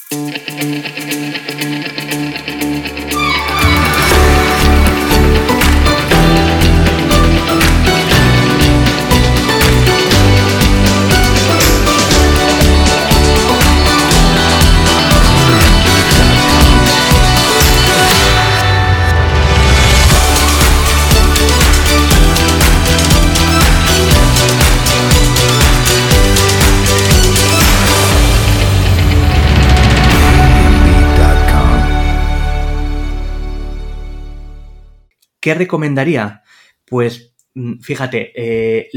¿Qué recomendaría? Pues fíjate,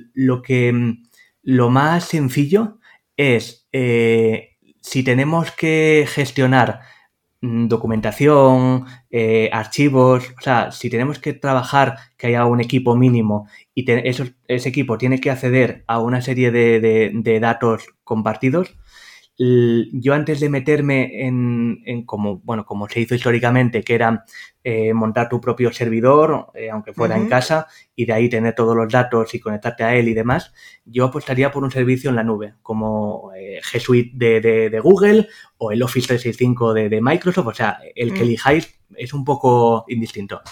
lo más sencillo es si tenemos que gestionar documentación, archivos, o sea, si tenemos que trabajar, que haya un equipo mínimo y ese equipo tiene que acceder a una serie de datos compartidos. Yo antes de meterme en como se hizo históricamente, que era montar tu propio servidor, aunque fuera en casa, y de ahí tener todos los datos y conectarte a él y demás, yo apostaría por un servicio en la nube, como G Suite de Google o el Office 365 de Microsoft. O sea, el que elijáis es un poco indistinto.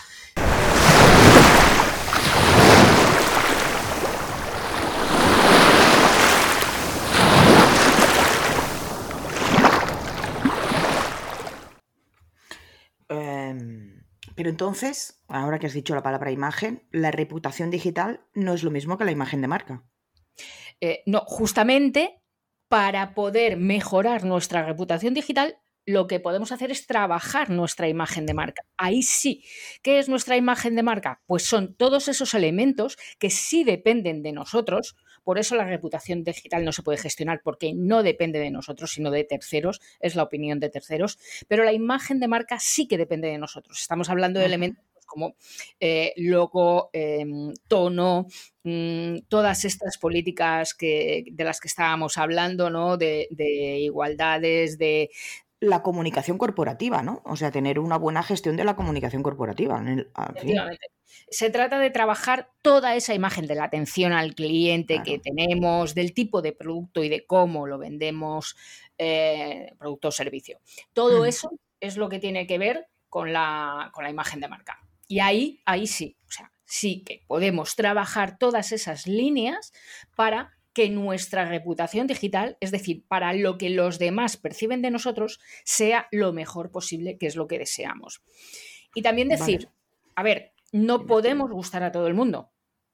Pero entonces, ahora que has dicho la palabra imagen, la reputación digital no es lo mismo que la imagen de marca. No, justamente para poder mejorar nuestra reputación digital, lo que podemos hacer es trabajar nuestra imagen de marca. Ahí sí. ¿Qué es nuestra imagen de marca? Pues son todos esos elementos que sí dependen de nosotros. Por eso la reputación digital no se puede gestionar, porque no depende de nosotros, sino de terceros. Es la opinión de terceros. Pero la imagen de marca sí que depende de nosotros. Estamos hablando de elementos como logo, tono, todas estas políticas de las que estábamos hablando, ¿no? De igualdades, de la comunicación corporativa, ¿no? O sea, tener una buena gestión de la comunicación corporativa. Efectivamente. Se trata de trabajar toda esa imagen de la atención al cliente que tenemos, del tipo de producto y de cómo lo vendemos, producto o servicio. Todo eso es lo que tiene que ver con la imagen de marca. Y ahí sí, o sea, sí que podemos trabajar todas esas líneas para que nuestra reputación digital, es decir, para lo que los demás perciben de nosotros, sea lo mejor posible, que es lo que deseamos. Y también decir, a ver, no podemos gustar a todo el mundo.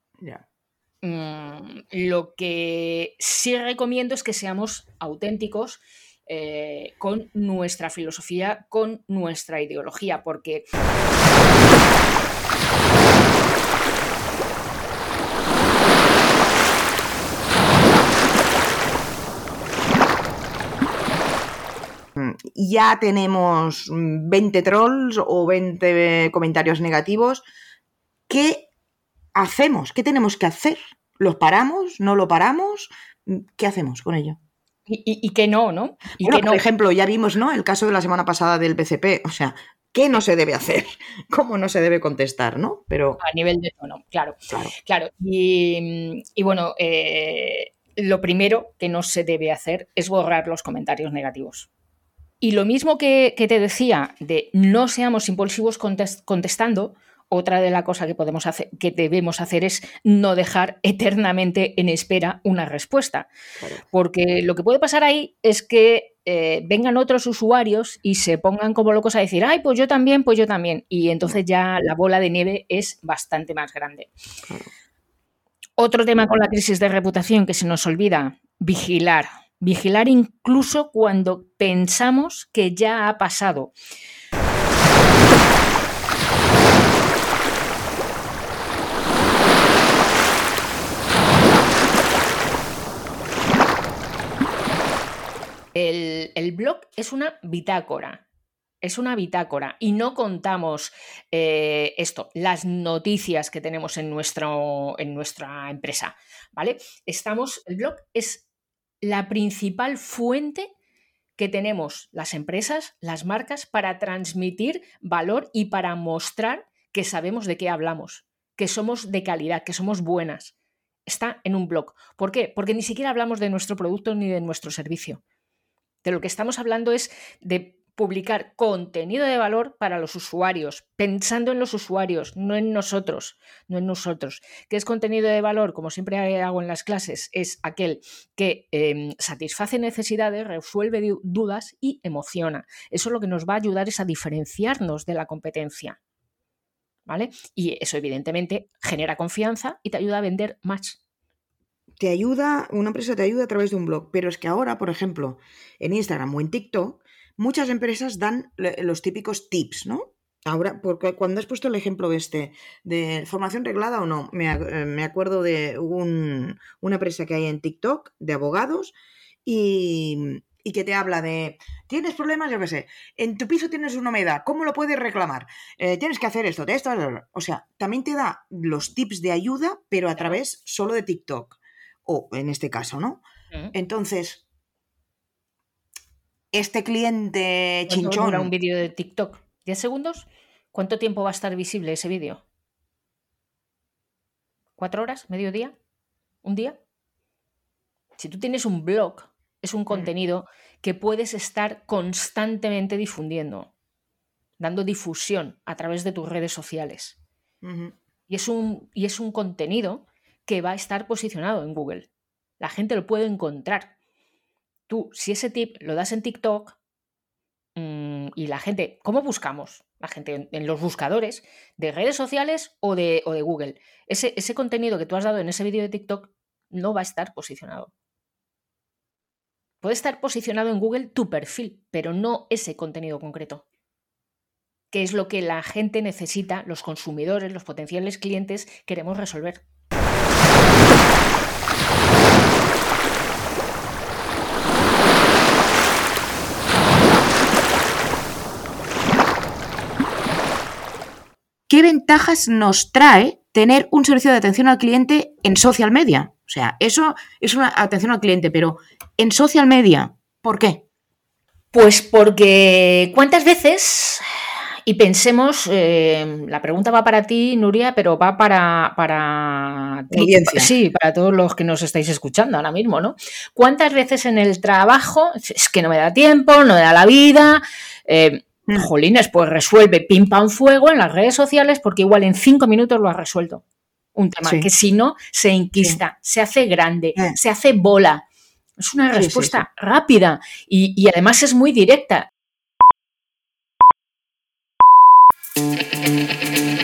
Lo que sí recomiendo es que seamos auténticos con nuestra filosofía, con nuestra ideología, porque ya tenemos 20 trolls o 20 comentarios negativos. ¿Qué hacemos? ¿Qué tenemos que hacer? ¿Los paramos? ¿No lo paramos? ¿Qué hacemos con ello? Y que no, ¿no? Por ejemplo, ya vimos, ¿no?, el caso de la semana pasada del BCP. O sea, ¿qué no se debe hacer? ¿Cómo no se debe contestar, no? Pero a nivel de tono, claro. Y bueno, lo primero que no se debe hacer es borrar los comentarios negativos. Y lo mismo que te decía de no seamos impulsivos contestando, otra de las cosas que debemos hacer es no dejar eternamente en espera una respuesta. Porque lo que puede pasar ahí es que vengan otros usuarios y se pongan como locos a decir, ay, pues yo también. Y entonces ya la bola de nieve es bastante más grande. Otro tema con la crisis de reputación que se nos olvida, vigilar. Vigilar incluso cuando pensamos que ya ha pasado. El blog es una bitácora. Es una bitácora y no contamos las noticias que tenemos en nuestra empresa, ¿vale? El blog es la principal fuente que tenemos las empresas, las marcas, para transmitir valor y para mostrar que sabemos de qué hablamos, que somos de calidad, que somos buenas. Está en un blog. ¿Por qué? Porque ni siquiera hablamos de nuestro producto ni de nuestro servicio. De lo que estamos hablando es de publicar contenido de valor para los usuarios, pensando en los usuarios, no en nosotros. ¿Qué es contenido de valor? Como siempre hago en las clases, es aquel que satisface necesidades, resuelve dudas y emociona. Eso lo que nos va a ayudar es a diferenciarnos de la competencia, ¿vale? Y eso evidentemente genera confianza y te ayuda a vender más. Una empresa te ayuda a través de un blog, pero es que ahora, por ejemplo, en Instagram o en TikTok, muchas empresas dan los típicos tips, ¿no? Ahora, porque cuando has puesto el ejemplo de formación reglada o no, me acuerdo de una empresa que hay en TikTok de abogados y que te habla de, tienes problemas, yo qué sé, en tu piso tienes una humedad, ¿cómo lo puedes reclamar? Tienes que hacer esto, o sea, también te da los tips de ayuda, pero a través solo de TikTok. O en este caso, ¿no? Entonces, este cliente chinchón... ¿Cuánto dura un vídeo de TikTok? ¿10 segundos? ¿Cuánto tiempo va a estar visible ese vídeo? ¿4 horas? ¿Mediodía? ¿Un día? Si tú tienes un blog, es un contenido que puedes estar constantemente difundiendo, dando difusión a través de tus redes sociales. Y es un contenido que va a estar posicionado en Google. La gente lo puede encontrar. Tú, si ese tip lo das en TikTok y la gente... ¿Cómo buscamos? La gente en los buscadores de redes sociales o de Google. Ese contenido que tú has dado en ese vídeo de TikTok no va a estar posicionado. Puede estar posicionado en Google tu perfil, pero no ese contenido concreto. Que es lo que la gente necesita, los consumidores, los potenciales clientes, queremos resolver. ¿Qué ventajas nos trae tener un servicio de atención al cliente en social media? O sea, eso es una atención al cliente, pero en social media, ¿por qué? Pues porque ¿cuántas veces? Y pensemos, la pregunta va para ti, Nuria, pero va para ti, audiencia. Sí, para todos los que nos estáis escuchando ahora mismo, ¿no? ¿Cuántas veces en el trabajo es que no me da tiempo, no me da la vida? Jolines, pues resuelve pim pam fuego en las redes sociales porque igual en 5 minutos lo has resuelto. Un tema que si no se enquista, se hace grande, se hace bola. Es una respuesta rápida y además es muy directa.